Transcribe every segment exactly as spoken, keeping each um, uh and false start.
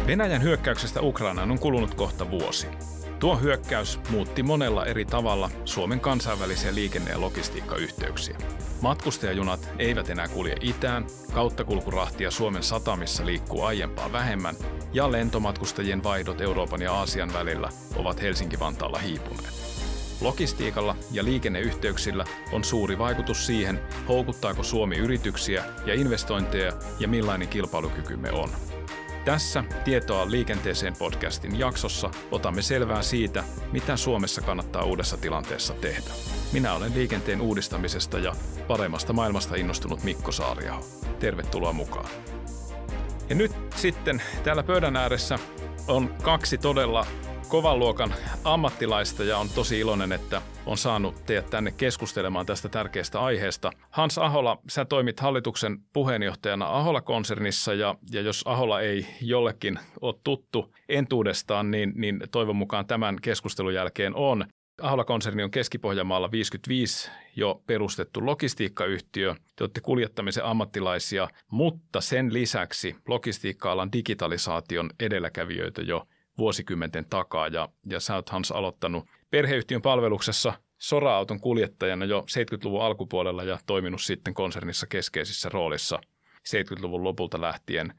Venäjän hyökkäyksestä Ukrainaan on kulunut kohta vuosi. Tuo hyökkäys muutti monella eri tavalla Suomen kansainvälisiä liikenne- ja logistiikkayhteyksiä. Matkustajajunat eivät enää kulje itään, kauttakulkurahtia Suomen satamissa liikkuu aiempaa vähemmän ja lentomatkustajien vaihdot Euroopan ja Aasian välillä ovat Helsinki-Vantaalla hiipuneet. Logistiikalla ja liikenneyhteyksillä on suuri vaikutus siihen, houkuttaako Suomi yrityksiä ja investointeja ja millainen kilpailukykymme on. Tässä Tietoa liikenteeseen podcastin jaksossa otamme selvää siitä, mitä Suomessa kannattaa uudessa tilanteessa tehdä. Minä olen liikenteen uudistamisesta ja paremmasta maailmasta innostunut Mikko Saariaho. Tervetuloa mukaan. Ja nyt sitten täällä pöydän ääressä on kaksi todella kovan luokan ammattilaista ja on tosi iloinen, että on saanut teidät tänne keskustelemaan tästä tärkeästä aiheesta. Hans Ahola, sä toimit hallituksen puheenjohtajana Ahola-konsernissa ja, ja jos Ahola ei jollekin ole tuttu entuudestaan, niin, niin toivon mukaan tämän keskustelun jälkeen on. Ahola-konserni on Keski-Pohjanmaalla viisikymmentäviisi jo perustettu logistiikkayhtiö. Te olette kuljettamisen ammattilaisia, mutta sen lisäksi logistiikka-alan digitalisaation edelläkävijöitä jo vuosikymmenten takaa ja, ja sä oot, Hans, aloittanut perheyhtiön palveluksessa sora-auton kuljettajana jo seitsemänkymmentäluvun alkupuolella ja toiminut sitten konsernissa keskeisissä roolissa seitsemänkymmentäluvun lopulta lähtien.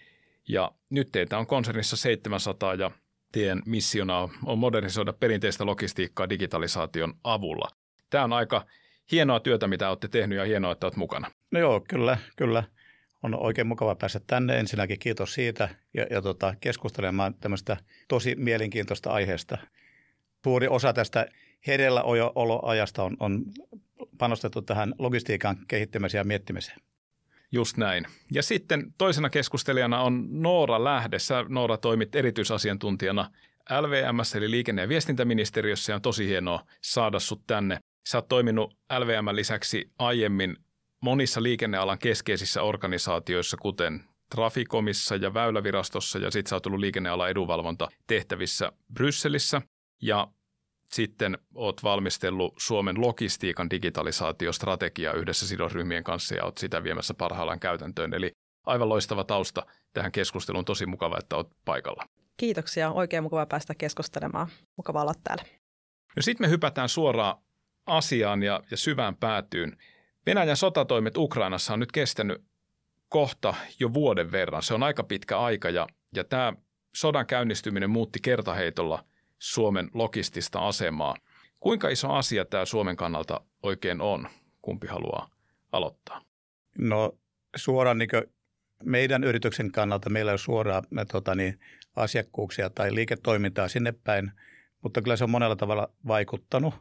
Ja nyt teitä on konsernissa seitsemänsataa ja teidän missiona on modernisoida perinteistä logistiikkaa digitalisaation avulla. Tämä on aika hienoa työtä, mitä olette tehnyt ja hienoa, että olet mukana. No joo, kyllä, kyllä. On oikein mukava päästä tänne. Ensinnäkin kiitos siitä ja, ja tota, keskustelemaan tämmöistä tosi mielenkiintoista aiheesta. Suuri osa tästä hereilläoloajasta on, on panostettu tähän logistiikan kehittämiseen ja miettimiseen. Just näin. Ja sitten toisena keskustelijana on Noora Lähde. Sä, Noora, toimit erityisasiantuntijana L V M:ssä eli liikenne- ja viestintäministeriössä ja on tosi hienoa saada sut tänne. Sä oot toiminut L V M:n lisäksi aiemmin monissa liikennealan keskeisissä organisaatioissa, kuten Traficomissa ja Väylävirastossa, ja sitten sä oot ollut liikennealan edunvalvontatehtävissä Brysselissä, ja sitten oot valmistellut Suomen logistiikan digitalisaatiostrategiaa yhdessä sidosryhmien kanssa, ja oot sitä viemässä parhaillaan käytäntöön. Eli aivan loistava tausta tähän keskusteluun. Tosi mukava, että oot paikalla. Kiitoksia. Oikein mukava päästä keskustelemaan. Mukava olla täällä. No sitten me hypätään suoraan asiaan ja, ja syvään päätyyn. Venäjän sotatoimet Ukrainassa on nyt kestänyt kohta jo vuoden verran. Se on aika pitkä aika ja, ja tämä sodan käynnistyminen muutti kertaheitolla Suomen logistista asemaa. Kuinka iso asia tämä Suomen kannalta oikein on? Kumpi haluaa aloittaa? No suoraan niin meidän yrityksen kannalta meillä ei ole suoraan tota, niin, asiakkuuksia tai liiketoimintaa sinne päin, mutta kyllä se on monella tavalla vaikuttanut.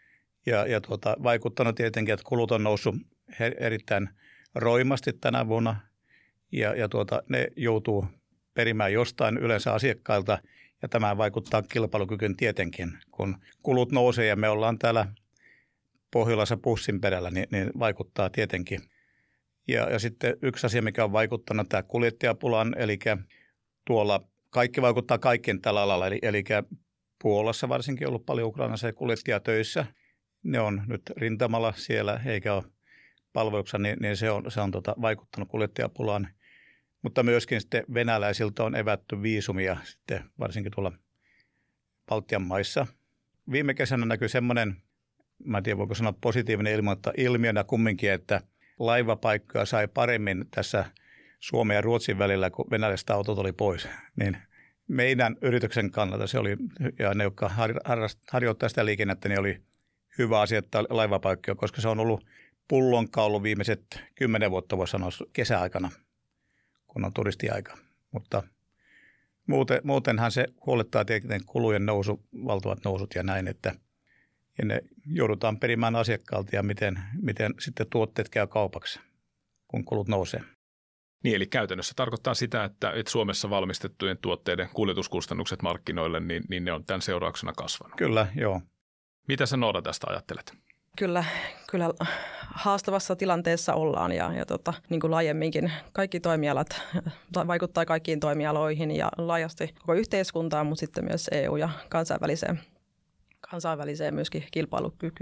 Ja, ja tuota, vaikuttanut tietenkin, että kulut on noussut her- erittäin roimasti tänä vuonna ja, ja tuota, ne joutuu perimään jostain yleensä asiakkailta ja tämä vaikuttaa kilpailukykyyn tietenkin. Kun kulut nousee ja me ollaan täällä Pohjolassa pussin perällä, niin, niin vaikuttaa tietenkin. Ja, ja sitten yksi asia, mikä on vaikuttanut, tämä kuljettajapulan, eli tuolla kaikki vaikuttaa kaikkien tällä alalla, eli, eli Puolassa varsinkin on ollut paljon ukrainalaisia kuljettajia töissä. Ne on nyt rintamalla siellä eikä ole palveluksessa, niin, niin se on, se on tota, vaikuttanut kuljettajapulaan. Mutta myöskin sitten venäläisiltä on evätty viisumia sitten varsinkin tuolla Baltian maissa. Viime kesänä näkyi semmoinen, mä en tiedä voiko sanoa positiivinen ilmiö, mutta ilmiönä kumminkin, että laivapaikkoja sai paremmin tässä Suomen ja Ruotsin välillä, kun venäläiset autot oli pois. Niin meidän yrityksen kannalta se oli, ja ne, jotka harjoittaa sitä liikennettä, niin oli hyvä asia, että laivapaikkoja, koska se on ollut pullonkaulu viimeiset kymmenen vuotta, voi sanoa, kesäaikana, kun on turistiaika. Mutta muuten, muutenhan se huolettaa tietenkin kulujen nousu, valtavat nousut ja näin, että ja ne joudutaan perimään asiakkaalta ja miten, miten sitten tuotteet käy kaupaksi, kun kulut nousee. Niin, eli käytännössä tarkoittaa sitä, että, että Suomessa valmistettujen tuotteiden kuljetuskustannukset markkinoille, niin, niin ne on tämän seurauksena kasvanut. Kyllä, joo. Mitä sä, Noora, tästä ajattelet? Kyllä, kyllä haastavassa tilanteessa ollaan ja, ja tota, niin kuin laajemminkin kaikki toimialat vaikuttaa kaikkiin toimialoihin ja laajasti koko yhteiskuntaan, mutta sitten myös E U- ja kansainväliseen, kansainväliseen myöskin kilpailukykyyn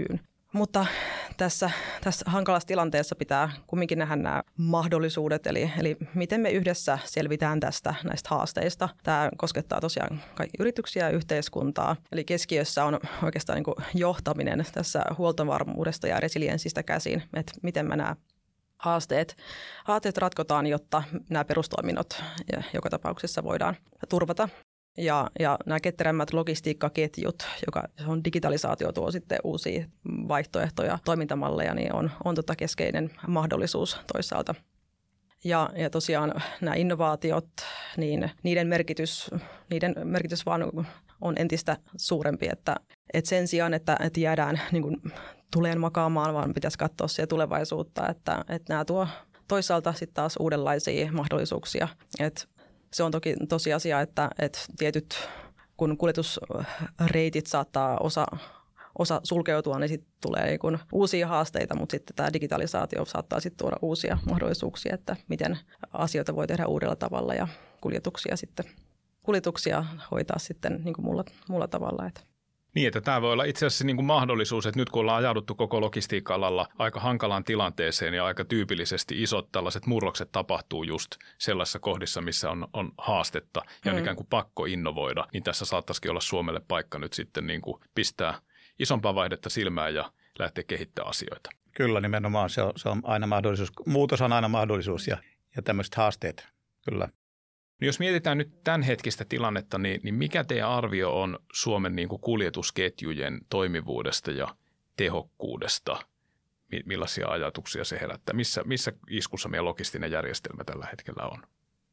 Mutta tässä, tässä hankalassa tilanteessa pitää kumminkin nähdä nämä mahdollisuudet, eli, eli miten me yhdessä selvitään tästä näistä haasteista. Tämä koskettaa tosiaan kaikki yrityksiä ja yhteiskuntaa, eli keskiössä on oikeastaan niin kuin johtaminen tässä huoltovarmuudesta ja resilienssistä käsin, että miten me nämä haasteet, haasteet ratkotaan, jotta nämä perustoiminnot joka tapauksessa voidaan turvata. Ja, ja nämä ketterämmät logistiikkaketjut, joka on digitalisaatio tuo sitten uusia vaihtoehtoja, toimintamalleja, niin on, on tota keskeinen mahdollisuus toisaalta. Ja, ja tosiaan nämä innovaatiot, niin niiden merkitys, niiden merkitys vaan on entistä suurempi, että, että sen sijaan, että, että jäädään niin kuin tuleen makaamaan, vaan pitäisi katsoa siihen tulevaisuutta, että, että nämä tuo toisaalta sitten taas uudenlaisia mahdollisuuksia, että se on toki tosiasia, että, että tietyt, kun kuljetusreitit saattaa osa, osa sulkeutua, niin sitten tulee niin kuin uusia haasteita, mutta sitten tämä digitalisaatio saattaa sitten tuoda uusia mahdollisuuksia, että miten asioita voi tehdä uudella tavalla ja kuljetuksia sitten kuljetuksia hoitaa sitten niin kuin muulla, muulla tavalla. Että. Niin, että tämä voi olla itse asiassa niin kuin mahdollisuus, että nyt kun ollaan ajauduttu koko logistiikka-alalla aika hankalaan tilanteeseen ja aika tyypillisesti isot tällaiset murrokset tapahtuu just sellaisissa kohdissa, missä on, on haastetta ja on mm. ikään kuin pakko innovoida, niin tässä saattaisikin olla Suomelle paikka nyt sitten niin kuin pistää isompaa vaihdetta silmään ja lähteä kehittämään asioita. Kyllä, nimenomaan se on, se on aina mahdollisuus. Muutos on aina mahdollisuus ja, ja tämmöiset haasteet, kyllä. No jos mietitään nyt tämänhetkistä tilannetta, niin, niin mikä teidän arvio on Suomen niin kuin kuljetusketjujen toimivuudesta ja tehokkuudesta? Millaisia ajatuksia se herättää? Missä, missä iskussa meidän logistinen järjestelmä tällä hetkellä on?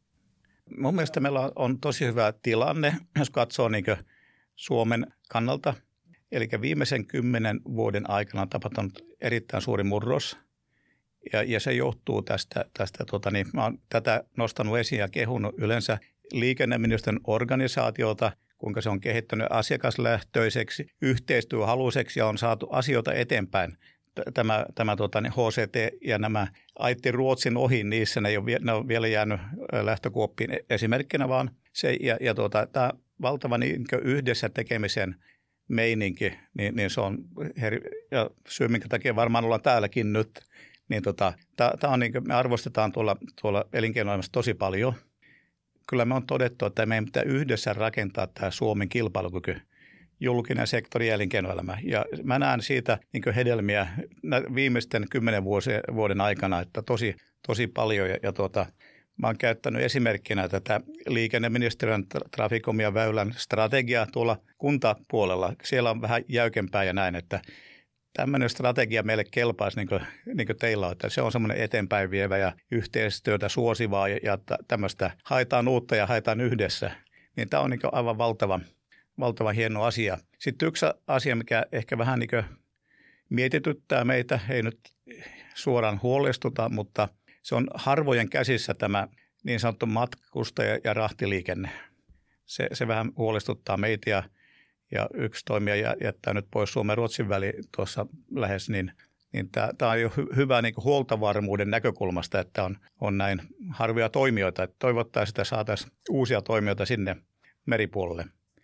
Mun mielestä meillä on tosi hyvä tilanne, jos katsoo niin kuin Suomen kannalta. Eli viimeisen kymmenen vuoden aikana on tapahtunut erittäin suuri murros. Ja, ja se johtuu tästä, tästä tota niin, mä oon tätä nostanut esiin ja kehunut yleensä liikenneministeriön organisaatiota, kuinka se on kehittänyt asiakaslähtöiseksi, yhteistyöhaluiseksi ja on saatu asioita eteenpäin. Tämä, tämä tota niin, H C T ja nämä aitti Ruotsin ohi, niissä ne, ei ole, ne on vielä jäänyt lähtökuoppiin esimerkkinä vaan se. Ja, ja tuota, tämä valtava niin yhdessä tekemisen meininki, niin, niin se on heri, ja syy, minkä takia varmaan ollaan täälläkin nyt. Niin tota, tämä on niin kuin me arvostetaan tuolla, tuolla elinkeinoelämässä tosi paljon. Kyllä me on todettu, että meidän pitää yhdessä rakentaa tämä Suomen kilpailukyky, julkinen sektori ja elinkeinoelämä. Ja mä näen siitä niin kuin hedelmiä viimeisten kymmenen vuoden aikana, että tosi, tosi paljon. Ja, ja tuota, mä oon käyttänyt esimerkkinä tätä liikenneministeriön Traficom ja Väylän strategiaa tuolla kuntapuolella. Siellä on vähän jäykempää ja näin, että tämmöinen strategia meille kelpaisi, niin kuin, niin kuin teillä on, että se on semmoinen eteenpäin vievä ja yhteistyötä suosivaa ja, ja tämmöistä haetaan uutta ja haetaan yhdessä. Niin tämä on niin kuin aivan valtava, valtava hieno asia. Sitten yksi asia, mikä ehkä vähän niin kuin mietityttää meitä, ei nyt suoraan huolestuta, mutta se on harvojen käsissä tämä niin sanottu matkustaja- ja rahtiliikenne. Se, se vähän huolestuttaa meitä ja Ja yksi toimija jättää nyt pois Suomen-Ruotsin väli tuossa lähes, niin, niin tämä on jo hy, hyvä niin kuin huoltovarmuuden näkökulmasta, että on, on näin harvoja toimijoita. Että toivottaisiin, että saataisiin uusia toimijoita sinne meripuolelle,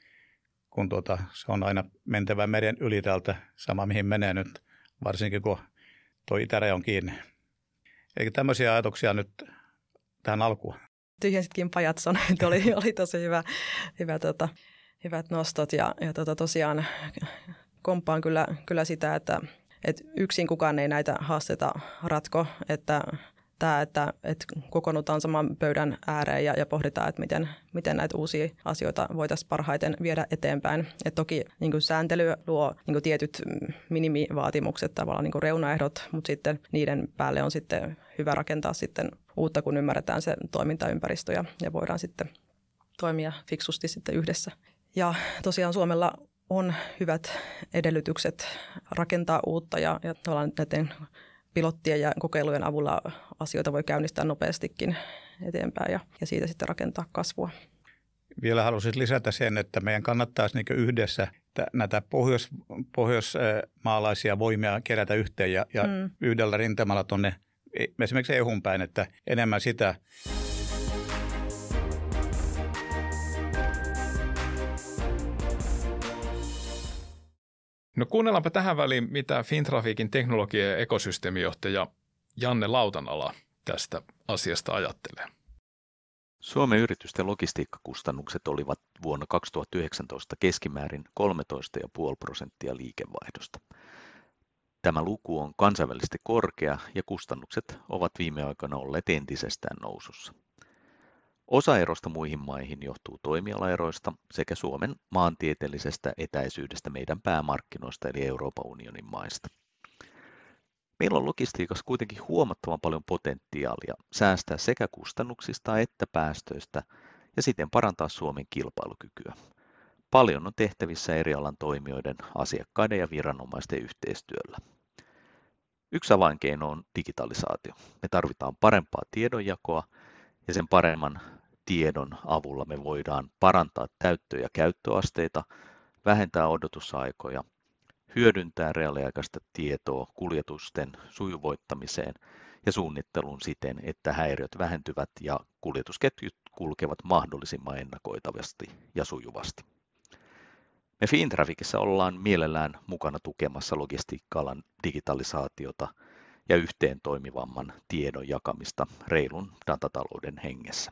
kun tuota, se on aina mentävä meren yli täältä, sama mihin menee nyt, varsinkin kun tuo itäraja on kiinni. Eli tämmöisiä ajatuksia nyt tähän alkuun. Tyhjensitkin Pajatson, oli, oli tosi hyvä, hyvä tota. Hyvät nostot ja, ja tota tosiaan komppaan kyllä, kyllä sitä, että, että yksin kukaan ei näitä haasteita ratko, että tämä, että, että kokoonnutaan saman pöydän ääreen ja, ja pohditaan, että miten, miten näitä uusia asioita voitaisiin parhaiten viedä eteenpäin. Et toki niin kuin sääntely luo niin kuin tietyt minimivaatimukset, tavallaan niin kuin reunaehdot, mutta sitten niiden päälle on sitten hyvä rakentaa sitten uutta, kun ymmärretään se toimintaympäristö ja, ja voidaan sitten toimia fiksusti sitten yhdessä. Ja tosiaan Suomella on hyvät edellytykset rakentaa uutta ja, ja tavallaan näiden pilottien ja kokeilujen avulla asioita voi käynnistää nopeastikin eteenpäin ja, ja siitä sitten rakentaa kasvua. Vielä haluaisin lisätä sen, että meidän kannattaisi niin yhdessä näitä pohjois, pohjoismaalaisia voimia kerätä yhteen ja, ja mm. yhdellä rintamalla tuonne esimerkiksi E U:n päin, että enemmän sitä. No kuunnellaanpa tähän väliin, mitä Fintraficin teknologia- ja ekosysteemijohtaja Janne Lautanala tästä asiasta ajattelee. Suomen yritysten logistiikkakustannukset olivat vuonna kaksituhattayhdeksäntoista keskimäärin kolmetoista pilkku viisi prosenttia liikevaihdosta. Tämä luku on kansainvälisesti korkea ja kustannukset ovat viime aikoina olleet entisestään nousussa. Osa erosta muihin maihin johtuu toimialaeroista sekä Suomen maantieteellisestä etäisyydestä meidän päämarkkinoista eli Euroopan unionin maista. Meillä on logistiikassa kuitenkin huomattavan paljon potentiaalia säästää sekä kustannuksista että päästöistä ja siten parantaa Suomen kilpailukykyä. Paljon on tehtävissä eri alan toimijoiden, asiakkaiden ja viranomaisten yhteistyöllä. Yksi avainkeino on digitalisaatio. Me tarvitaan parempaa tiedonjakoa ja sen paremman tiedon avulla me voidaan parantaa täyttö- ja käyttöasteita, vähentää odotusaikoja, hyödyntää reaaliaikaista tietoa kuljetusten sujuvoittamiseen ja suunnitteluun siten, että häiriöt vähentyvät ja kuljetusketjut kulkevat mahdollisimman ennakoitavasti ja sujuvasti. Me Fintraficissa ollaan mielellään mukana tukemassa logistiikka-alan digitalisaatiota ja yhteen toimivamman tiedon jakamista reilun datatalouden hengessä.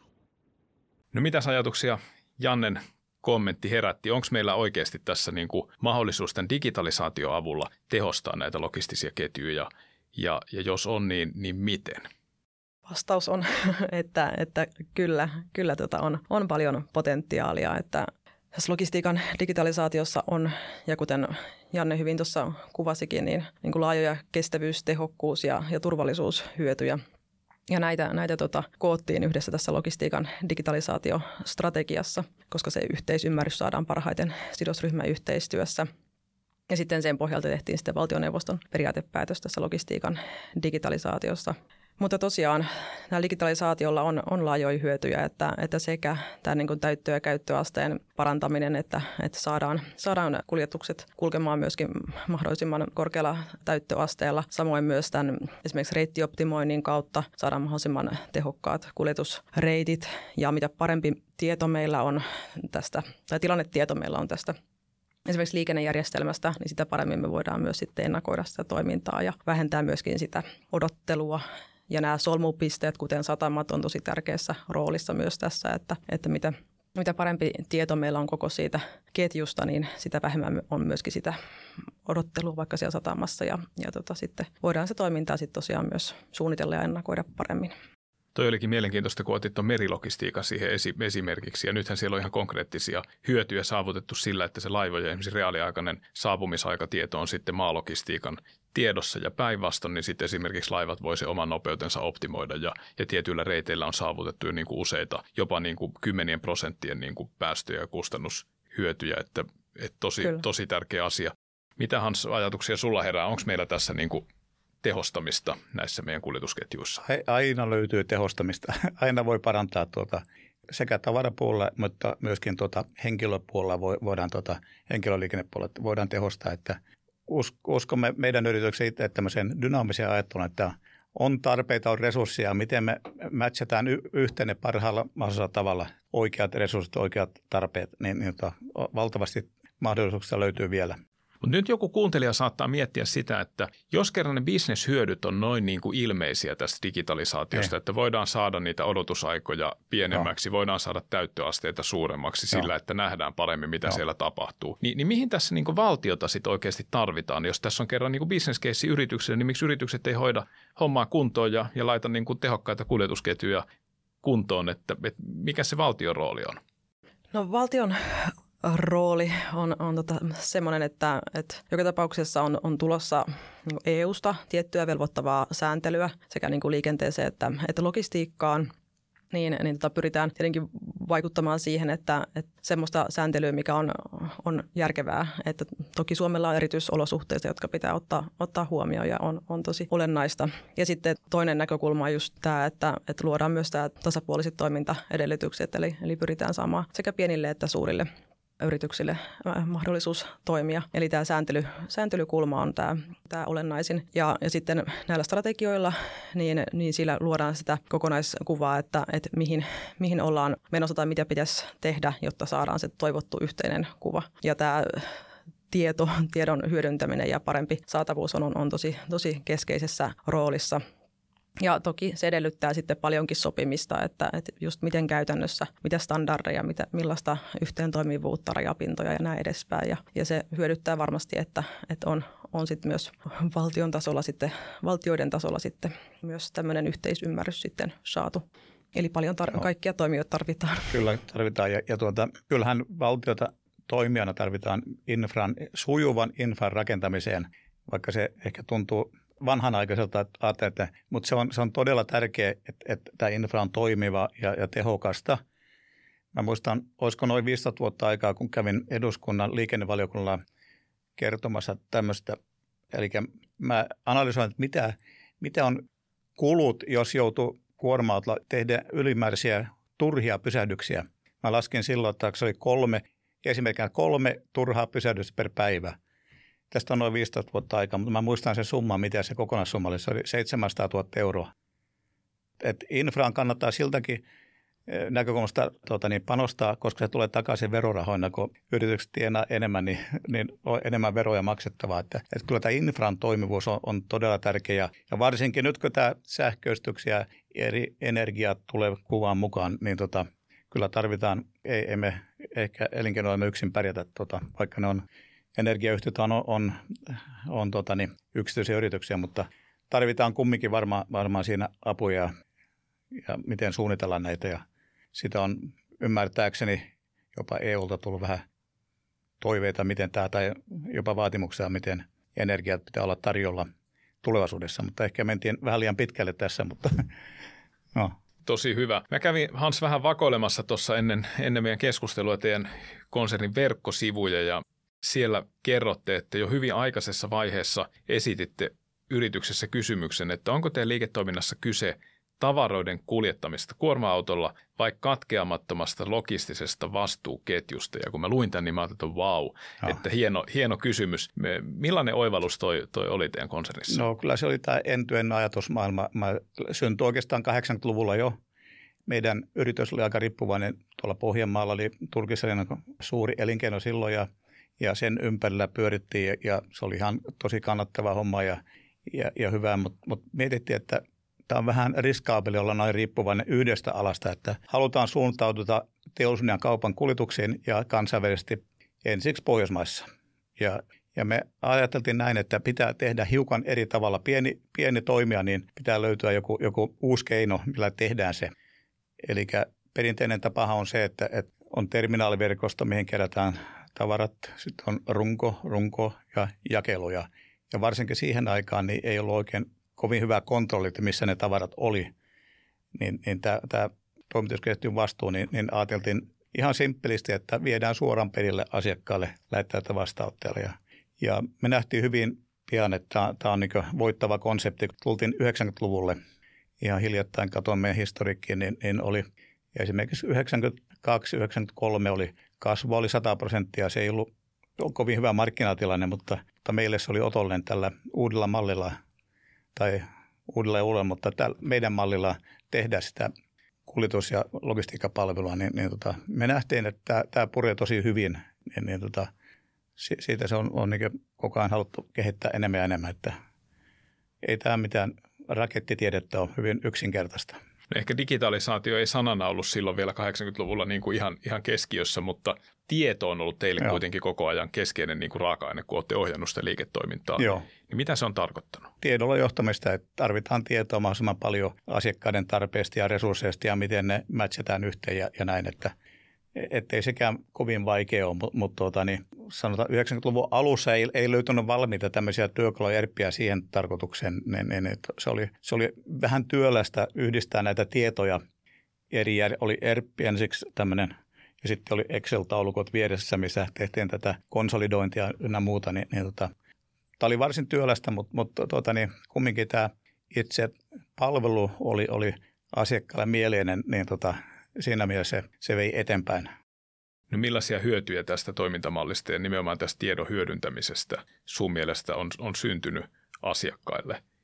No mitäs ajatuksia Jannen kommentti herätti? Onko meillä oikeasti tässä niin kuin mahdollisuus tämän digitalisaation avulla tehostaa näitä logistisia ketjuja ja, ja jos on, niin, niin miten? Vastaus on, että, että kyllä, kyllä tota on, on paljon potentiaalia, että tässä logistiikan digitalisaatiossa on, ja kuten Janne hyvin tuossa kuvasikin, niin, niin kuin laajoja kestävyys-, tehokkuus- ja, ja turvallisuushyötyjä. Ja näitä, näitä tota, koottiin yhdessä tässä logistiikan digitalisaatiostrategiassa, koska se yhteisymmärrys saadaan parhaiten sidosryhmäyhteistyössä. Ja sitten sen pohjalta tehtiin sitten valtioneuvoston periaatepäätös tässä logistiikan digitalisaatiossa. Mutta tosiaan tällä digitalisaatiolla on, on laajoja hyötyjä, että, että sekä tämä niin kuin täyttö- ja käyttöasteen parantaminen, että, että saadaan, saadaan kuljetukset kulkemaan myöskin mahdollisimman korkealla täyttöasteella. Samoin myös tämän esimerkiksi reittioptimoinnin kautta saadaan mahdollisimman tehokkaat kuljetusreitit ja mitä parempi tieto meillä on tästä, tai tilannetieto meillä on tästä esimerkiksi liikennejärjestelmästä, niin sitä paremmin me voidaan myös sitten ennakoida sitä toimintaa ja vähentää myöskin sitä odottelua. Ja nämä solmupisteet, kuten satamat, on tosi tärkeässä roolissa myös tässä, että, että mitä, mitä parempi tieto meillä on koko siitä ketjusta, niin sitä vähemmän on myöskin sitä odottelua vaikka siellä satamassa. Ja, ja tota, sitten voidaan se toimintaa sitten tosiaan myös suunnitella ja ennakoida paremmin. Toi olikin mielenkiintoista, kun otit tuon merilogistiikan siihen esi- esimerkiksi. Ja nythän siellä on ihan konkreettisia hyötyjä saavutettu sillä, että se laivojen esimerkiksi reaaliaikainen saapumisaikatieto on sitten maalogistiikan tiedossa ja päinvastoin, niin sitten esimerkiksi laivat voi se oman nopeutensa optimoida ja, ja tietyillä reiteillä on saavutettu jo niin kuin useita, jopa niin kuin kymmenien prosenttien niin kuin päästöjä ja kustannushyötyjä, että, että tosi, tosi tärkeä asia. Mitä Hans ajatuksia sulla herää? Onko meillä tässä niin kuin tehostamista näissä meidän kuljetusketjuissa? Aina löytyy tehostamista. Aina voi parantaa tuota, sekä tavarapuolella, mutta myöskin tuota henkilöpuolella voidaan, tuota, henkilöliikennepuolella voidaan tehostaa, että uskomme meidän yrityksen itse tämmöiseen dynaamiseen ajatteluun, että on tarpeita, on resursseja, miten me matchataan yhteen ne parhaalla mahdollisella tavalla oikeat resurssit, oikeat tarpeet, niin, niin tota, valtavasti mahdollisuuksia löytyy vielä. Mutta nyt joku kuuntelija saattaa miettiä sitä, että jos kerran ne bisneshyödyt on noin niin kuin ilmeisiä tästä digitalisaatiosta, Ei. että voidaan saada niitä odotusaikoja pienemmäksi, no. voidaan saada täyttöasteita suuremmaksi sillä, no. että nähdään paremmin, mitä no. siellä tapahtuu. Ni, niin mihin tässä niin kuin valtiota sitten oikeasti tarvitaan? Jos tässä on kerran niin kuin business case yrityksille, niin miksi yritykset ei hoida hommaa kuntoon ja, ja laita niin kuin tehokkaita kuljetusketjuja kuntoon, että, että mikä se valtion rooli on? No valtion rooli on, on tota semmoinen, että, että joka tapauksessa on, on tulossa niin kuin E U:sta tiettyä velvoittavaa sääntelyä sekä niin kuin liikenteeseen että, että logistiikkaan. Niin, niin tota pyritään tietenkin vaikuttamaan siihen, että, että semmoista sääntelyä, mikä on, on järkevää. Että toki Suomella on erityisolosuhteita, jotka pitää ottaa, ottaa huomioon ja on, on tosi olennaista. Ja sitten toinen näkökulma on just tämä, että, että luodaan myös tämä tasapuoliset toimintaedellytykset, eli, eli pyritään saamaan sekä pienille että suurille yrityksille mahdollisuus toimia. Eli tämä sääntely, sääntelykulma on tämä, tämä olennaisin. Ja, ja sitten näillä strategioilla, niin, niin sillä luodaan sitä kokonaiskuvaa, että, että mihin, mihin ollaan menossa tai mitä pitäisi tehdä, jotta saadaan se toivottu yhteinen kuva. Ja tämä tieto, tiedon hyödyntäminen ja parempi saatavuus on, on tosi, tosi keskeisessä roolissa. Ja toki se edellyttää sitten paljonkin sopimista, että, että just miten käytännössä, mitä standardeja, mitä, millaista yhteentoimivuutta, rajapintoja ja näin edespäin. Ja, ja se hyödyttää varmasti, että, että on, on sitten myös valtion tasolla sitten, valtioiden tasolla sitten myös tämmöinen yhteisymmärrys sitten saatu. Eli paljon tar- kaikkia toimijoita tarvitaan. Kyllä tarvitaan ja, ja tuota, kyllähän valtiota toimijana tarvitaan infran, sujuvan infran rakentamiseen, vaikka se ehkä tuntuu vanhanaikaiselta, että, että, mutta se on, se on todella tärkeää, että, että tämä infra on toimiva ja, ja tehokasta. Mä muistan, olisiko noin viisitoista vuotta aikaa, kun kävin eduskunnan liikennevaliokunnalla kertomassa tämmöistä. Eli mä analysoin, että mitä, mitä on kulut, jos joutuu kuorma-autolla tehdä ylimääräisiä turhia pysähdyksiä. Mä laskin silloin, että se oli kolme, esimerkiksi kolme turhaa pysähdystä per päivä. Tästä on noin viisitoista vuotta aikaa, mutta mä muistan sen summan, mitä se kokonaissumma oli. Se oli seitsemänsataatuhatta euroa. Et infraan kannattaa siltäkin näkökulmasta tuota, niin panostaa, koska se tulee takaisin verorahoina, kun yritykset tienaa enemmän, niin, niin on enemmän veroja maksettavaa. Että, että kyllä tämä infran toimivuus on, on todella tärkeä. Ja varsinkin nyt, kun tämä sähköistyksiä eri energiat tulee kuvaan mukaan, niin tota, kyllä tarvitaan, ei, emme ehkä elinkeinoelämä yksin pärjätä, tota, vaikka ne on energiayhtiöt on, on, on tota, niin, yksityisiä yrityksiä, mutta tarvitaan kumminkin varma, varmaan siinä apuja ja miten suunnitellaan näitä. Ja sitä on ymmärtääkseni jopa E U:lta tullut vähän toiveita, miten tämä, tai jopa vaatimuksia, miten energiat pitää olla tarjolla tulevaisuudessa. Mutta ehkä mentiin vähän liian pitkälle tässä, mutta no. Tosi hyvä. Mä kävin, Hans, vähän vakoilemassa tuossa ennen, ennen meidän keskustelua teidän konsernin verkkosivuja ja siellä kerrotte, että jo hyvin aikaisessa vaiheessa esititte yrityksessä kysymyksen, että onko teidän liiketoiminnassa kyse tavaroiden kuljettamista kuorma-autolla vai katkeamattomasta logistisesta vastuuketjusta. Ja kun mä luin tämän, niin mä ajattelin, että vau, no. että hieno, hieno kysymys. Millainen oivallus toi, toi oli teidän konsernissa? No kyllä se oli tämä end-to-end ajatusmaailma. Mä syntyi oikeastaan kahdeksankymmentäluvulla jo. Meidän yritys oli aika riippuvainen. Tuolla Pohjanmaalla oli turkisellinen suuri elinkeino silloin ja, ja sen ympärillä pyörittiin ja, ja se oli ihan tosi kannattava homma ja, ja, ja hyvä, mutta mut mietittiin, että tämä on vähän riskaabeli olla noin riippuvainen yhdestä alasta, että halutaan suuntautua teollisuuden ja kaupan kuljetuksiin ja kansainvälisesti ensiksi Pohjoismaissa. Ja, ja me ajateltiin näin, että pitää tehdä hiukan eri tavalla. Pieni, pieni toimija, niin pitää löytyä joku, joku uusi keino, millä tehdään se. Eli perinteinen tapahan on se, että, että on terminaaliverkosto, mihin kerätään tavarat, sitten on runko, runko ja jakelu. Ja, ja varsinkin siihen aikaan niin ei ollut oikein kovin hyvä kontrolli, että missä ne tavarat oli, niin, niin tämä, tämä toimitusketjun vastuu, niin, niin ajateltiin ihan simppelisti, että viedään suoraan perille asiakkaalle lähettäjältä vastaanottajalle. Ja, ja me nähtiin hyvin pian, että tämä, tämä on niin kuin voittava konsepti. Kun tultiin yhdeksänkymmentäluvulle, ihan hiljattain katsoin meidän historiikkiin, niin, niin oli esimerkiksi yhdeksänkymmentäkaksi yhdeksänkymmentäkolme oli kasvu, oli sata prosenttia. Se ei ollut kovin hyvä markkinatilanne, mutta, mutta meille se oli otollinen tällä uudella mallilla, tai uudella ja uudella, mutta tällä meidän mallilla tehdään sitä kuljetus- ja logistiikkapalvelua, niin, niin tota, me nähtiin, että tämä, tämä puree tosi hyvin, niin, niin tota, siitä se on, on niin koko ajan haluttu kehittää enemmän ja enemmän, että ei tämä mitään rakettitiedettä ole, hyvin yksinkertaista. Ehkä digitalisaatio ei sanana ollut silloin vielä kahdeksankymmentäluvulla niin kuin ihan, ihan keskiössä, mutta tieto on ollut teille Joo. kuitenkin koko ajan keskeinen niin kuin raaka-aine, kun olette ohjannut sitä liiketoimintaa. Joo. Niin mitä se on tarkoittanut? Tiedolla johtamista, että tarvitaan tietoa mahdollisimman paljon asiakkaiden tarpeista ja resursseista ja miten ne matchataan yhteen ja, ja näin, että ettei sekään kovin vaikea ole, mutta, mutta tuota, niin sanotaan yhdeksänkymmentäluvun alussa ei, ei löytynyt valmiita tämmöisiä työkaluja erppiä siihen tarkoitukseen. Niin, niin, se, oli, se oli vähän työlästä yhdistää näitä tietoja. Eri oli erppi ensiksi tämmöinen ja sitten oli Excel-taulukot vieressä, missä tehtiin tätä konsolidointia ynnä muuta. Niin, niin, tota, tämä oli varsin työlästä, mutta, mutta tuota, niin, kumminkin tämä itse palvelu oli, oli asiakkaalle mieleinen, niin tota, siinä mielessä se, se vei eteenpäin. No millaisia hyötyjä tästä toimintamallista ja nimenomaan tästä tiedon hyödyntämisestä sun mielestä on, on syntynyt asiakkaille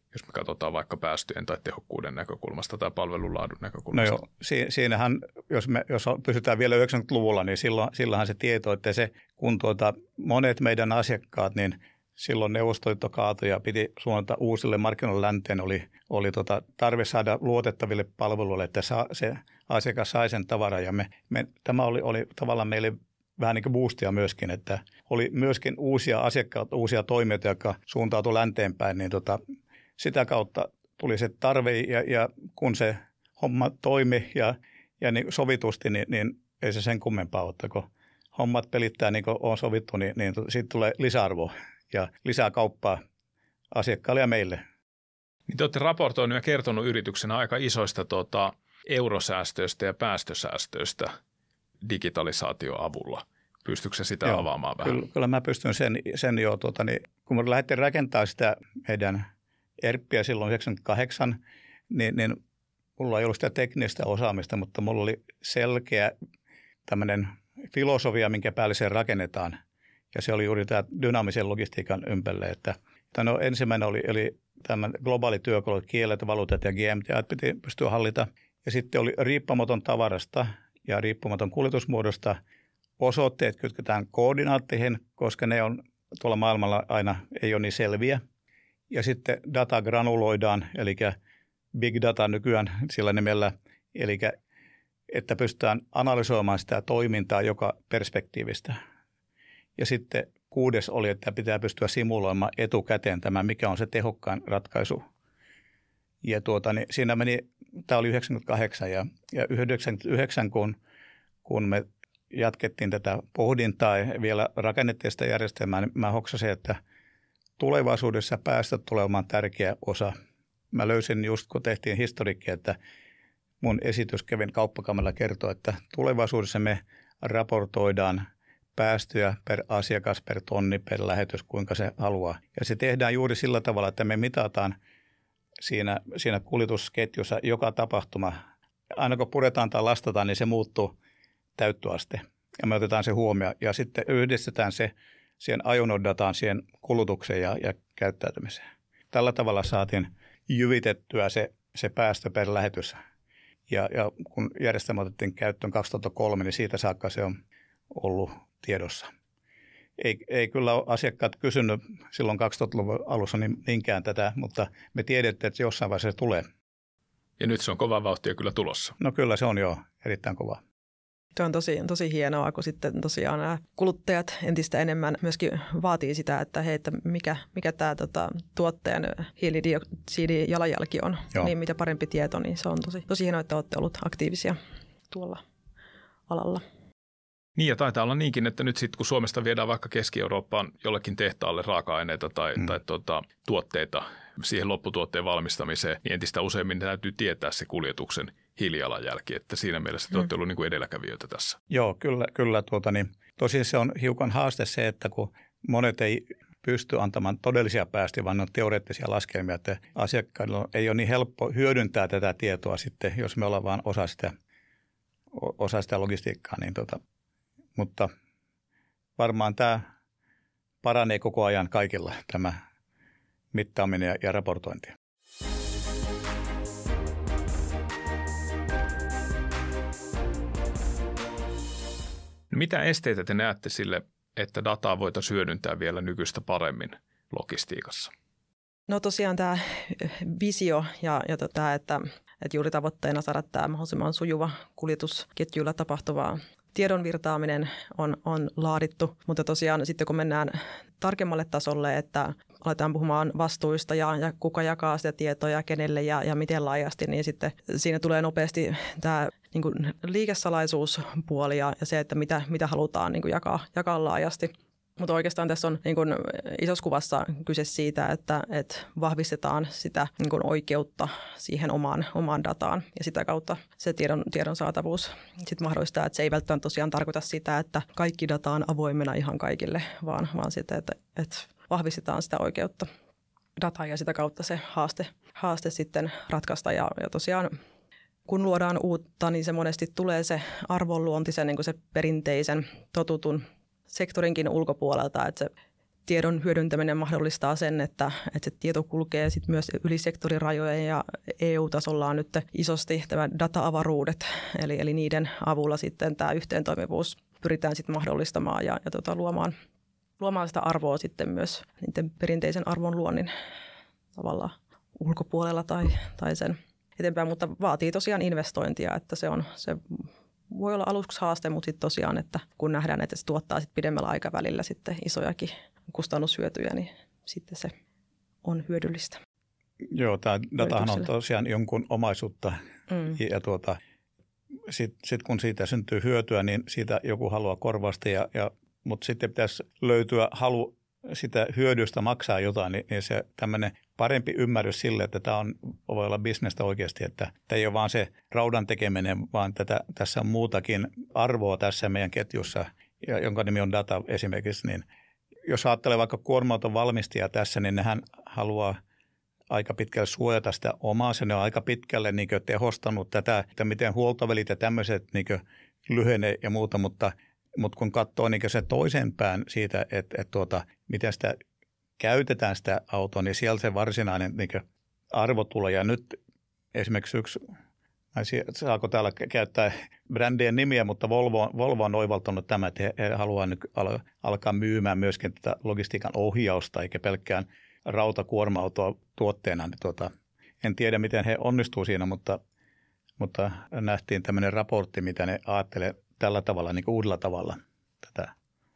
jos me katsotaan vaikka päästöjen tai tehokkuuden näkökulmasta tai palvelulaadun näkökulmasta? No joo, si- siinähän, jos, me, jos pysytään vielä yhdeksänkymmentäluvulla, niin silloin, silloinhan se tieto, että se, kun tuota, monet meidän asiakkaat, niin silloin Neuvostoliitto kaatui ja piti suunnata uusille markkinoille länteen, oli, oli tota tarve saada luotettaville palveluille, että saa, se asiakas sai sen tavaran. Ja me, me, tämä oli, oli tavallaan meille vähän niin kuin boostia myöskin, että oli myöskin uusia asiakkaita, uusia toimijoita, jotka suuntautui länteenpäin, niin tota, sitä kautta tuli se tarve ja, ja kun se homma toimi ja, ja niin sovitusti, niin, niin ei se sen kummempaa ole, kun hommat pelittää niin kuin on sovittu, niin, niin siitä tulee lisäarvoa ja lisää kauppaa asiakkaille ja meille. Niin te olette raportoinut ja kertonut yrityksenä aika isoista tuota, eurosäästöistä ja päästösäästöistä digitalisaation avulla. Pystytkö se sitä Joo, avaamaan vähän? Kyllä, kyllä mä pystyn sen, sen jo, tuota, niin, kun me lähdettiin rakentamaan sitä meidän ERPiä silloin yhdeksänkymmentäkahdeksan, niin, niin mulla ei ollut sitä teknistä osaamista, mutta mulla oli selkeä tämmöinen filosofia, minkä päälle se rakennetaan. Ja se oli juuri tämä dynaamisen logistiikan ympärille, että no, ensimmäinen oli, oli tämän globaali työkalu, kielet, valuutat ja G M T, että piti pystyä hallita. Ja sitten oli riippumaton tavarasta ja riippumaton kuljetusmuodosta. Osoitteet kytketään koordinaatteihin, koska ne on tuolla maailmalla aina ei ole niin selviä. Ja sitten data granuloidaan, eli big data nykyään sillä nimellä, eli että pystytään analysoimaan sitä toimintaa joka perspektiivistä. Ja sitten kuudes oli, että pitää pystyä simuloimaan etukäteen tämä, mikä on se tehokkain ratkaisu. Ja tuota, niin siinä meni, tämä oli yhdeksänkymmentäkahdeksan ja, ja yhdeksänkymmentäyhdeksän, kun, kun me jatkettiin tätä pohdintaa ja vielä rakennettiin sitä järjestelmää, niin mä hoksasin, että tulevaisuudessa päästöt tulee olemaan tärkeä osa. Mä löysin just, kun tehtiin historiikkia, että mun esitys Kevin kauppakamarilla kertoo, että tulevaisuudessa me raportoidaan päästöjä per asiakas, per tonni, per lähetys, kuinka se haluaa. Ja se tehdään juuri sillä tavalla, että me mitataan siinä, siinä kuljetusketjussa joka tapahtuma. Aina kun puretaan tai lastataan, niin se muuttuu täyttyaste. Ja me otetaan se huomioon ja sitten yhdistetään se siihen ajoneuvon siihen kulutukseen ja, ja käyttäytymiseen. Tällä tavalla saatiin jyvitettyä se, se päästö per lähetys. Ja, ja kun järjestelmä otettiin käyttöön kaksituhattakolme, niin siitä saakka se on ollut tiedossa. Ei, ei kyllä ole asiakkaat kysynyt silloin kaksituhattaluvun alussa niin niinkään tätä, mutta me tiedettiin, että jossain vaiheessa se tulee. Ja nyt se on kova vauhtia kyllä tulossa. No kyllä se on jo erittäin kova. Tuo on tosi, tosi hienoa, kun sitten tosiaan nämä kuluttajat entistä enemmän myöskin vaatii sitä, että hei, että mikä, mikä tämä tota, tuotteen hiilidioksidijalanjälki on. Joo. Niin mitä parempi tieto, niin se on tosi, tosi hienoa, että olette olleet aktiivisia tuolla alalla. Niin ja taitaa olla niinkin, että nyt sitten kun Suomesta viedään vaikka Keski-Eurooppaan jollekin tehtaalle raaka-aineita tai, mm. tai tuota, tuotteita siihen lopputuotteen valmistamiseen, niin entistä useammin täytyy tietää se kuljetuksen hiilijalanjälki, että siinä mielessä te olette olleet niin kuin edelläkävijöitä tässä. Joo, kyllä. kyllä tuota, niin, tosin se on hiukan haaste se, että kun monet ei pysty antamaan todellisia päästöjä, vaan ne on teoreettisia laskelmia, että asiakkailla ei ole niin helppo hyödyntää tätä tietoa sitten, jos me ollaan vain osa sitä, osa sitä logistiikkaa, niin tota, mutta varmaan tämä paranee koko ajan kaikilla, tämä mittaaminen ja raportointi. No mitä esteitä te näette sille, että dataa voitaisiin hyödyntää vielä nykyistä paremmin logistiikassa? No tosiaan tämä visio ja, ja tämä, että, että juuri tavoitteena saada tämä mahdollisimman sujuva kuljetusketjuilla tapahtuva tiedon virtaaminen on, on laadittu, mutta tosiaan sitten kun mennään tarkemmalle tasolle, että aletaan puhumaan vastuista ja, ja kuka jakaa sitä tietoa ja kenelle ja, ja miten laajasti, niin sitten siinä tulee nopeasti tämä niin kuin liikesalaisuuspuoli ja, ja se, että mitä, mitä halutaan niin kuin jakaa, jakaa laajasti. Mutta oikeastaan tässä on niin kuin isossa kuvassa kyse siitä, että, että vahvistetaan sitä niin kuin oikeutta siihen omaan, omaan dataan ja sitä kautta se tiedon, tiedon saatavuus sit mahdollistaa, että se ei välttämättä tosiaan tarkoita sitä, että kaikki data on avoimena ihan kaikille, vaan, vaan sitä, että, että vahvistetaan sitä oikeutta dataa ja sitä kautta se haaste, haaste sitten ratkaista ja, ja tosiaan kun luodaan uutta, niin se monesti tulee se arvonluonti, se, niin kuin se perinteisen totutun sektorinkin ulkopuolelta, että se tiedon hyödyntäminen mahdollistaa sen, että, että se tieto kulkee sit myös yli sektorirajojen ja E U-tasolla on nyt isosti tämä data-avaruudet, eli, eli niiden avulla sitten tämä yhteentoimivuus pyritään sitten mahdollistamaan ja, ja tota, luomaan, luomaan sitä arvoa sitten myös niiden perinteisen arvon luonnin tavallaan ulkopuolella tai, tai sen eteenpäin, mutta vaatii tosiaan investointia, että se on se voi olla aluksi haaste, mutta sitten tosiaan, että kun nähdään, että se tuottaa sit pidemmällä aikavälillä sitten isojakin kustannushyötyjä, niin sitten se on hyödyllistä. Joo, tämä datahan on tosiaan jonkun omaisuutta mm. ja tuota, sitten sit kun siitä syntyy hyötyä, niin siitä joku haluaa korvasta, ja, ja, mutta sitten pitäisi löytyä halu sitä hyödystä maksaa jotain, niin, niin se tämmöinen parempi ymmärrys sille, että tämä on, voi olla bisnestä oikeasti, että tämä ei ole vaan se raudan tekeminen, vaan tätä, tässä on muutakin arvoa tässä meidän ketjussa, ja, jonka nimi on data esimerkiksi, niin jos ajattelee vaikka kuorma-auton valmistajaa tässä, niin nehän haluaa aika pitkälle suojata sitä omaa, se on aika pitkälle niin kuin tehostanut tätä, että miten huoltovälit ja tämmöiset niin kuin lyhenee ja muuta, mutta, mutta kun katsoo niin kuin se toisen pään siitä, että, että tuota, miten sitä käytetään sitä autoa, niin siellä se varsinainen niin kuin arvo tulee. Ja nyt esimerkiksi yksi, saako täällä käyttää brändien nimiä, mutta Volvo, Volvo on oivaltanut tämä, että he, he haluavat nyt alkaa myymään myöskin tätä logistiikan ohjausta, eikä pelkkään rautakuorma-autoa tuotteena. Niin tuota, en tiedä, miten he onnistuu siinä, mutta, mutta nähtiin tämmöinen raportti, mitä ne ajattelee tällä tavalla, niin kuin uudella tavalla tätä.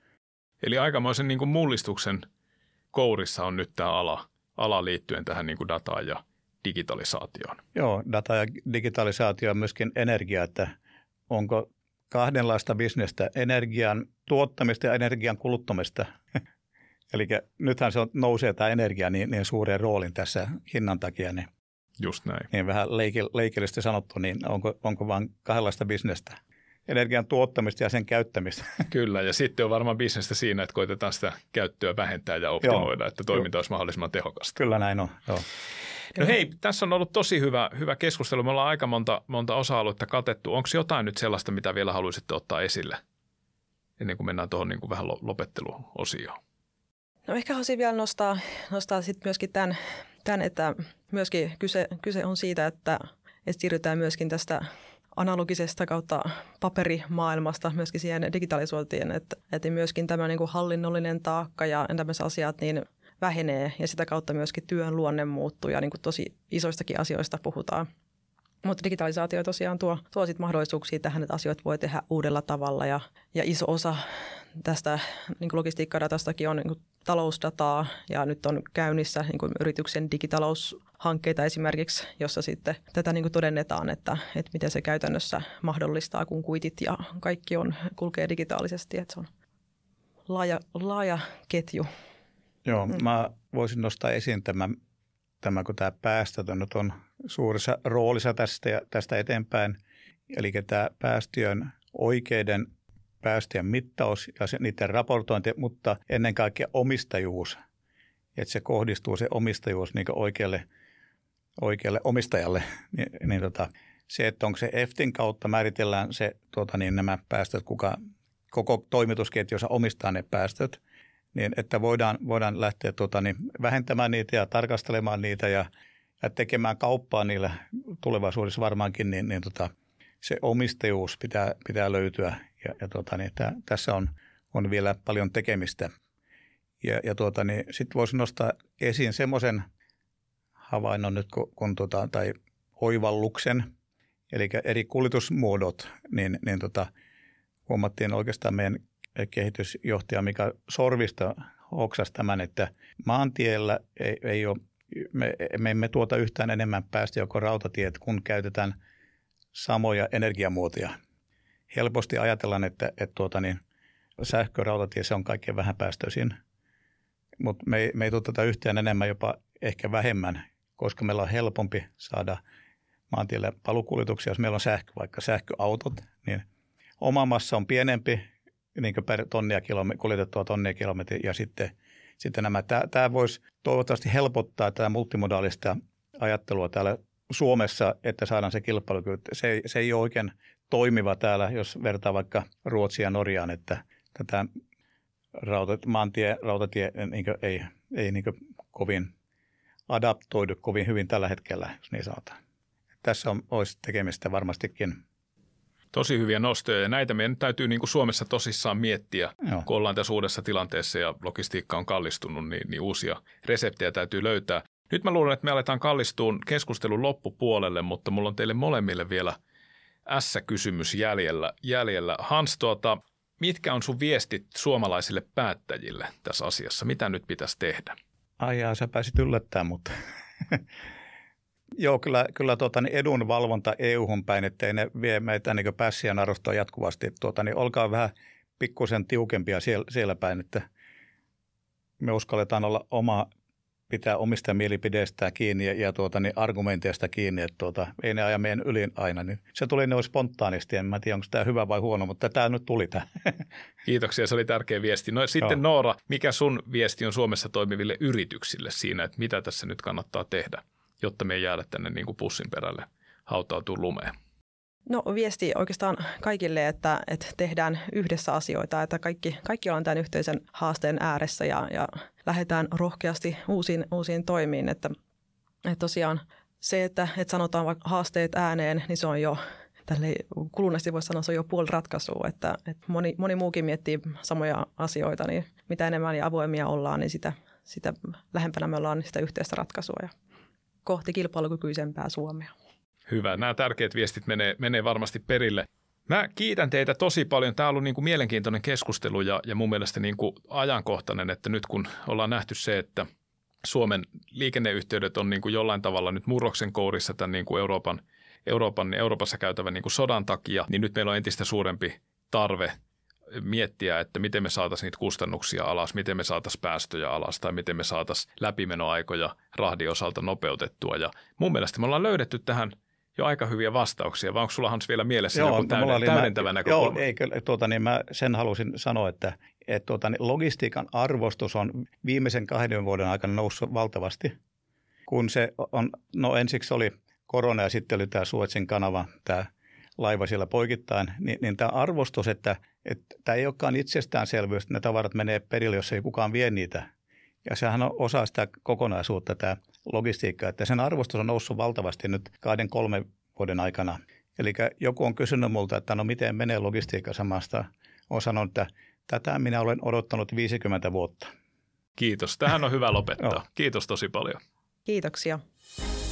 Eli aikamoisen niin kuin mullistuksen kourissa on nyt tämä ala, ala liittyen tähän niin kuin dataan ja digitalisaatioon. Joo, data ja digitalisaatio on myöskin energia, että onko kahdenlaista bisnestä, energian tuottamista ja energian kuluttamista. Eli nythän se on, nousee tämä energia niin, niin suuren roolin tässä hinnan takia, niin, just näin. Niin vähän leikil, leikillisesti sanottu, niin onko, onko vain kahdenlaista bisnestä? Energian tuottamista ja sen käyttämistä. Kyllä, ja sitten on varmaan bisnestä siinä, että koitetaan sitä käyttöä vähentää ja optimoida, Joo. että toiminta olisi mahdollisimman tehokasta. Kyllä näin on, Joo. No hei, tässä on ollut tosi hyvä, hyvä keskustelu. Me ollaan aika monta, monta osa-aluetta katettu. Onko jotain nyt sellaista, mitä vielä haluaisitte ottaa esille, ennen kuin mennään tuohon niin kuin vähän lopetteluosioon? No ehkä haluaisin vielä nostaa, nostaa sitten myöskin tämän, tämän, että myöskin kyse, kyse on siitä, että, että siirrytään myöskin tästä analogisesta kautta paperimaailmasta myöskin siihen digitalisointiin, että, että myöskin tämä niin kuin hallinnollinen taakka ja tämmöiset asiat niin vähenee ja sitä kautta myöskin työn luonne muuttuu ja niin kuin tosi isoistakin asioista puhutaan. Mutta digitalisaatio tosiaan tuo, tuo sit mahdollisuuksia tähän, että asioita voi tehdä uudella tavalla ja, ja iso osa tästä niin kuin logistiikkadatastakin on niin kuin talousdataa ja nyt on käynnissä niin kuin yrityksen digitaloushankkeita esimerkiksi, jossa sitten tätä niin kuin todennetaan, että, että miten se käytännössä mahdollistaa, kun kuitit ja kaikki on, kulkee digitaalisesti, että se on laaja, laaja ketju. Joo, mm. mä voisin nostaa esiin tämän, tämä, kun tämä päästötön nyt on suurissa roolissa tästä, ja tästä eteenpäin, eli tämä päästöjen oikeiden päästöjen mittaus ja se, niiden raportointi, mutta ennen kaikkea omistajuus, että se kohdistuu se omistajuus niin oikealle, oikealle omistajalle, niin, niin tota, se, että onko se E F T in kautta määritellään se, tuota, niin nämä päästöt, kuka koko toimitusketjussa omistaa ne päästöt, niin että voidaan, voidaan lähteä tuota, niin vähentämään niitä ja tarkastelemaan niitä ja, ja tekemään kauppaa niillä tulevaisuudessa varmaankin, niin, niin tota, se omistajuus pitää, pitää löytyä ja, ja tuota, niin, tää, tässä on, on vielä paljon tekemistä. Ja, ja tuota, niin, sitten voisi nostaa esiin semmoisen havainnon nyt, kun, kun tota, tai oivalluksen, eli eri kuljetusmuodot, niin, niin tota, huomattiin oikeastaan meidän kehitysjohtaja Mika Sorvista hoksasi tämän, että maantiellä ei, ei ole, me, me emme tuota yhtään enemmän päästöjä kuin rautatiet, kun käytetään samoja energiamuotoja. Helposti ajatellaan, että, että tuota niin, sähkörautatie se on kaikkein vähäpäästöisin, mutta me, me ei tuoteta yhtään enemmän, jopa ehkä vähemmän, koska meillä on helpompi saada maantielle palukuljetuksia, jos meillä on sähkö, vaikka sähköautot, niin oma massa on pienempi, niin kuin per tonnia kilometri, kuljetettua tonnia kilometri, ja sitten, sitten nämä, tämä, tämä voisi toivottavasti helpottaa tätä multimodaalista ajattelua täällä Suomessa, että saadaan se kilpailukyky. Se, se ei ole oikein toimiva täällä, jos vertaa vaikka Ruotsia ja Norjaan, että tätä rautat, maantie, rautatie niin kuin, ei, ei niin kuin kovin adaptoidu kovin hyvin tällä hetkellä, jos niin sanotaan. Tässä on, olisi tekemistä varmastikin. Tosi hyviä nostoja ja näitä meidän täytyy niin kuin Suomessa tosissaan miettiä, Joo. kun ollaan tässä uudessa tilanteessa ja logistiikka on kallistunut, niin, niin uusia reseptejä täytyy löytää. Nyt mä luulen, että me aletaan kallistuun keskustelun loppupuolelle, mutta mulla on teille molemmille vielä ässä-kysymys jäljellä. jäljellä. Hans, tuota, mitkä on sun viestit suomalaisille päättäjille tässä asiassa? Mitä nyt pitäisi tehdä? Ai jaa, sä pääsit yllättämään, mutta joo, kyllä, kyllä tuota, niin edunvalvonta E U-hun päin, ettei ne vie meitä niin pässiä narustoa jatkuvasti. Tuota, niin olkaa vähän pikkusen tiukempia siellä, siellä päin, että me uskalletaan olla oma, pitää omista mielipideistään kiinni ja, ja tuota, niin argumenteista kiinni, että tuota, ei ne aja meidän yli aina. Niin se tuli noin spontaanisti, en mä tiedä, onko tämä hyvä vai huono, mutta tämä nyt tuli tämä. Kiitoksia, se oli tärkeä viesti. No sitten Joo. Noora, mikä sun viesti on Suomessa toimiville yrityksille siinä, että mitä tässä nyt kannattaa tehdä, jotta me ei jäädä tänne niin kuin pussin perälle hautautuu lumeen? No viesti oikeastaan kaikille, että, että tehdään yhdessä asioita, että kaikki, kaikki ollaan tämän yhteisen haasteen ääressä ja, ja lähdetään rohkeasti uusiin, uusiin toimiin. Että, että tosiaan se, että, että sanotaan vaikka haasteet ääneen, niin se on jo, tälleen kuluneesti voisi sanoa, se on jo puoli ratkaisua. Että, että moni, moni muukin miettii samoja asioita, niin mitä enemmän ja avoimia ollaan, niin sitä, sitä lähempänä me ollaan sitä yhteistä ratkaisua ja kohti kilpailukykyisempää Suomea. Hyvä. Nämä tärkeät viestit menee, menee varmasti perille. Mä kiitän teitä tosi paljon. Tämä on ollut niin kuin mielenkiintoinen keskustelu ja, ja mun mielestä niin kuin ajankohtainen, että nyt kun ollaan nähty se, että Suomen liikenneyhteydet on niin kuin jollain tavalla nyt murroksen kourissa tämän niin kuin Euroopan, Euroopan, Euroopassa käytävän niin kuin sodan takia, niin nyt meillä on entistä suurempi tarve miettiä, että miten me saataisiin niitä kustannuksia alas, miten me saataisiin päästöjä alas tai miten me saataisiin läpimenoaikoja rahdin osalta nopeutettua. Ja mun mielestä me ollaan löydetty tähän jo aika hyviä vastauksia, vai onko sulla Hans vielä mielessä joo, joku täyden, täydentävä mä, näkökulma? Joo, eikö, tuota, niin mä sen halusin sanoa, että, että tuota, niin logistiikan arvostus on viimeisen kahden vuoden aikana noussut valtavasti, kun se on, no ensiksi oli korona ja sitten oli tämä Suezin kanava, tämä laiva siellä poikittain, niin, niin tämä arvostus, että, että tämä ei olekaan itsestäänselvyys, että ne tavarat menee perille, jos ei kukaan vie niitä. Ja sehän on osa sitä kokonaisuutta, tämä logistiikka, että sen arvostus on noussut valtavasti nyt kahden, kolmen vuoden aikana. Eli joku on kysynyt multa, että no miten menee logistiikka samasta. Olen sanonut, että tätä minä olen odottanut viisikymmentä vuotta. Kiitos. Tähän on hyvä lopettaa. Kiitos tosi paljon. Kiitoksia.